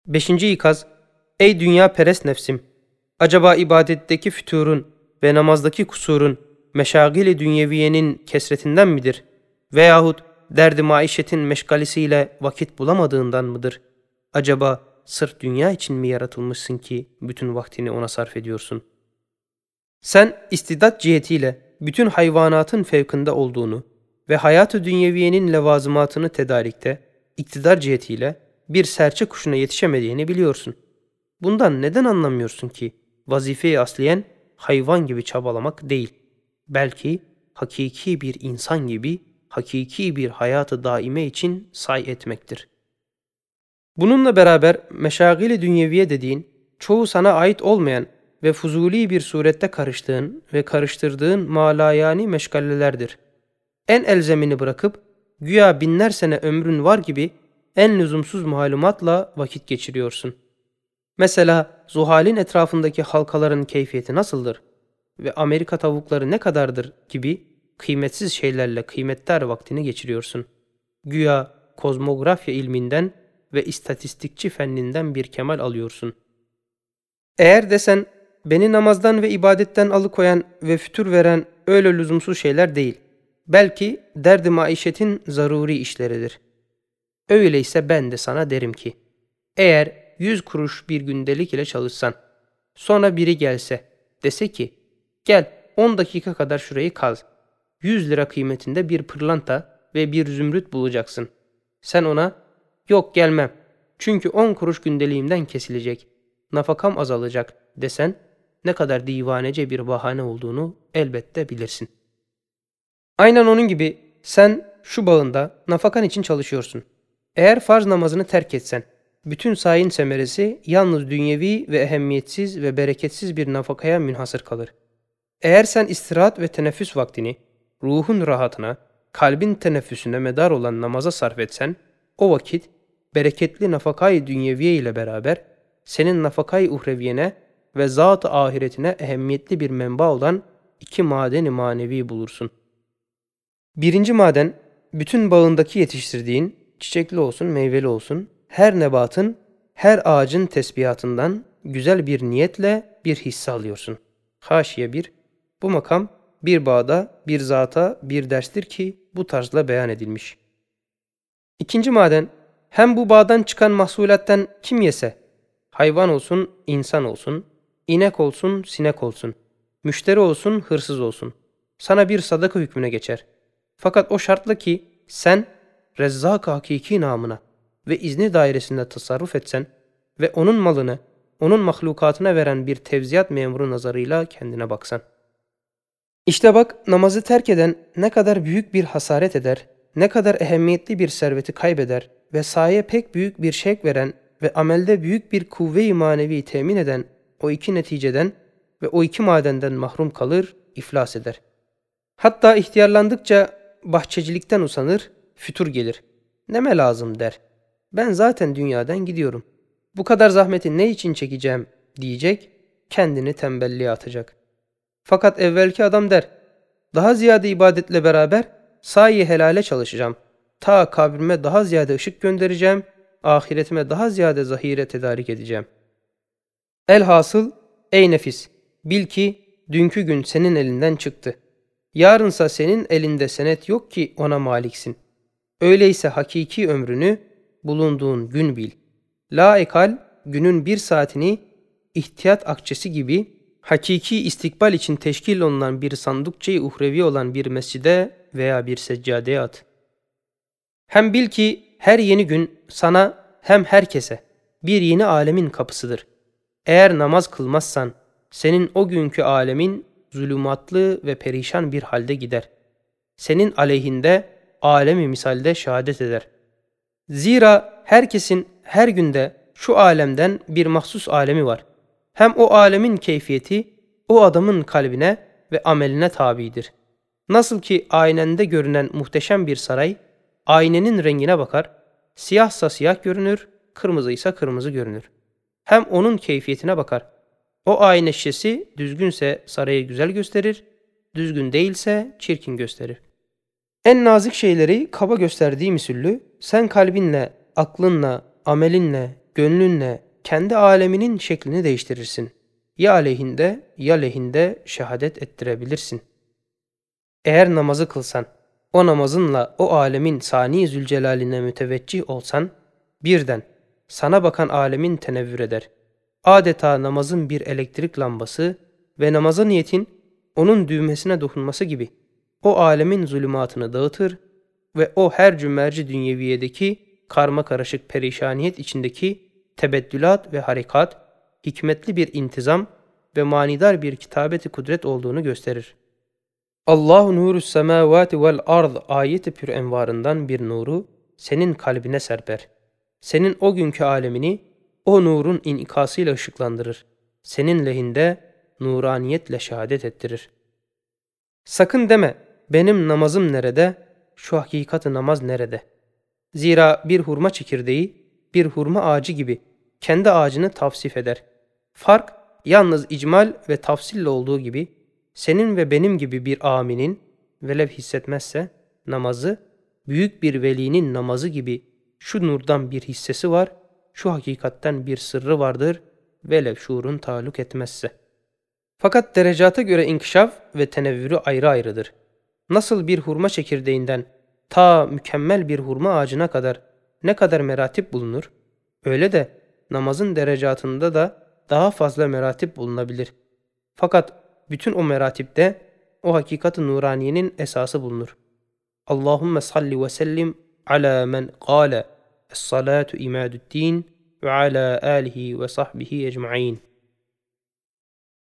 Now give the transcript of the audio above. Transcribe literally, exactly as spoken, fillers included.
Beşinci ikaz, ey dünya perest nefsim! Acaba ibadetteki füturun ve namazdaki kusurun meşagil-i dünyeviyenin kesretinden midir? Veyahut derdi maişetin meşgalesiyle vakit bulamadığından mıdır? Acaba sırf dünya için mi yaratılmışsın ki bütün vaktini ona sarf ediyorsun? Sen istidat cihetiyle bütün hayvanatın fevkinde olduğunu ve hayat-ı dünyeviyenin levazımatını tedarikte, iktidar cihetiyle bir serçe kuşuna yetişemediğini biliyorsun. Bundan neden anlamıyorsun ki vazife-i asliyen hayvan gibi çabalamak değil, belki hakiki bir insan gibi hakiki bir hayatı daime için say etmektir. Bununla beraber meşagil-i dünyeviye dediğin, çoğu sana ait olmayan ve fuzuli bir surette karıştığın ve karıştırdığın malayani meşgalelerdir. En elzemini bırakıp, güya binler sene ömrün var gibi en lüzumsuz malumatla vakit geçiriyorsun. Mesela zuhalin etrafındaki halkaların keyfiyeti nasıldır ve Amerika tavukları ne kadardır gibi kıymetsiz şeylerle kıymetdar vaktini geçiriyorsun. Güya kozmografya ilminden ve istatistikçi fenninden bir kemal alıyorsun. Eğer desen, beni namazdan ve ibadetten alıkoyan ve fütur veren öyle lüzumsuz şeyler değil, belki derdi maişetin zaruri işleridir. Öyleyse ben de sana derim ki, eğer yüz kuruş bir gündelik ile çalışsan, sonra biri gelse, dese ki, gel on dakika kadar şurayı kaz, yüz lira kıymetinde bir pırlanta ve bir zümrüt bulacaksın. Sen ona, yok gelmem, çünkü on kuruş gündeliğimden kesilecek, nafakam azalacak desen, ne kadar divanece bir bahane olduğunu elbette bilirsin. Aynen onun gibi sen şu bağında nafakan için çalışıyorsun. Eğer farz namazını terk etsen, bütün sayin semeresi yalnız dünyevi ve ehemmiyetsiz ve bereketsiz bir nafakaya münhasır kalır. Eğer sen istirahat ve teneffüs vaktini, ruhun rahatına, kalbin teneffüsüne medar olan namaza sarf etsen, o vakit bereketli nafakayı dünyeviye ile beraber senin nafakayı uhreviyene ve zat-ı ahiretine ehemmiyetli bir menba olan iki madeni manevi bulursun. Birinci maden, bütün bağındaki yetiştirdiğin, çiçekli olsun, meyveli olsun, her nebatın, her ağacın tesbihatından güzel bir niyetle bir hisse alıyorsun. Haşiye bir, bu makam bir bağda, bir zata, bir derstir ki bu tarzla beyan edilmiş. İkinci maden, hem bu bağdan çıkan mahsulattan kim yese, hayvan olsun, insan olsun, inek olsun, sinek olsun, müşteri olsun, hırsız olsun, sana bir sadaka hükmüne geçer. Fakat o şartla ki sen Rezzak-ı Hakiki namına ve izni dairesinde tasarruf etsen ve onun malını onun mahlukatına veren bir tevziyat memuru nazarıyla kendine baksan. İşte bak, namazı terk eden ne kadar büyük bir hasaret eder, ne kadar ehemmiyetli bir serveti kaybeder ve saye pek büyük bir şevk veren ve amelde büyük bir kuvve-i manevi temin eden o iki neticeden ve o iki madenden mahrum kalır, iflas eder. Hatta ihtiyarlandıkça bahçecilikten usanır, fütur gelir. Neme lazım der. Ben zaten dünyadan gidiyorum. Bu kadar zahmeti ne için çekeceğim diyecek, kendini tembelliğe atacak. Fakat evvelki adam der, daha ziyade ibadetle beraber sahi helale çalışacağım. Ta kabrime daha ziyade ışık göndereceğim, ahiretime daha ziyade zahire tedarik edeceğim. Elhasıl, ey nefis, bil ki dünkü gün senin elinden çıktı. Yarınsa senin elinde senet yok ki ona maliksin. Öyleyse hakiki ömrünü bulunduğun gün bil. La ekal günün bir saatini ihtiyat akçesi gibi hakiki istikbal için teşkil olunan bir sandukçayı uhrevi olan bir mescide veya bir seccadeye at. Hem bil ki her yeni gün sana hem herkese bir yeni alemin kapısıdır. Eğer namaz kılmazsan senin o günkü alemin zulümatlı ve perişan bir halde gider. Senin aleyhinde alemi misalde şehadet eder. Zira herkesin her günde şu alemden bir mahsus alemi var. Hem o alemin keyfiyeti o adamın kalbine ve ameline tabidir. Nasıl ki aynende görünen muhteşem bir saray, aynenin rengine bakar, siyahsa siyah görünür, kırmızıysa kırmızı görünür. Hem onun keyfiyetine bakar. O ayna şişesi düzgünse sarayı güzel gösterir, düzgün değilse çirkin gösterir. En nazik şeyleri kaba gösterdiği misüllü, sen kalbinle, aklınla, amelinle, gönlünle kendi aleminin şeklini değiştirirsin. Ya aleyhinde ya lehinde şehadet ettirebilirsin. Eğer namazı kılsan, o namazınla o alemin sani zülcelaline müteveccih olsan, birden sana bakan alemin tenevvür eder. Adeta namazın bir elektrik lambası ve namaza niyetin onun düğmesine dokunması gibi o alemin zulümatını dağıtır ve o her cümerci dünyeviyedeki karma karışık perişaniyet içindeki tebeddülat ve harekat, hikmetli bir intizam ve manidar bir kitabeti kudret olduğunu gösterir. Allahu nurus semavati vel ard ayeti pür envarından bir nuru senin kalbine serper. Senin o günkü alemini o nurun inikasıyla ışıklandırır. Senin lehinde nuraniyetle şehadet ettirir. Sakın deme, benim namazım nerede, şu hakikati namaz nerede? Zira bir hurma çekirdeği, bir hurma ağacı gibi kendi ağacını tavsif eder. Fark yalnız icmal ve tafsille olduğu gibi, senin ve benim gibi bir aminin, velev hissetmezse, namazı, büyük bir velinin namazı gibi şu nurdan bir hissesi var, şu hakikatten bir sırrı vardır, velev şuurun taluk etmezse. Fakat derecata göre inkişaf ve tenevvürü ayrı ayrıdır. Nasıl bir hurma çekirdeğinden ta mükemmel bir hurma ağacına kadar ne kadar meratip bulunur, öyle de namazın derecatında da daha fazla meratip bulunabilir. Fakat bütün o meratipte o hakikat-ı nuraniyenin esası bulunur. Allahümme salli ve sellim ala men qala es-salatu imadu'd-din ve ala alihi ve sahbihi ecma'in.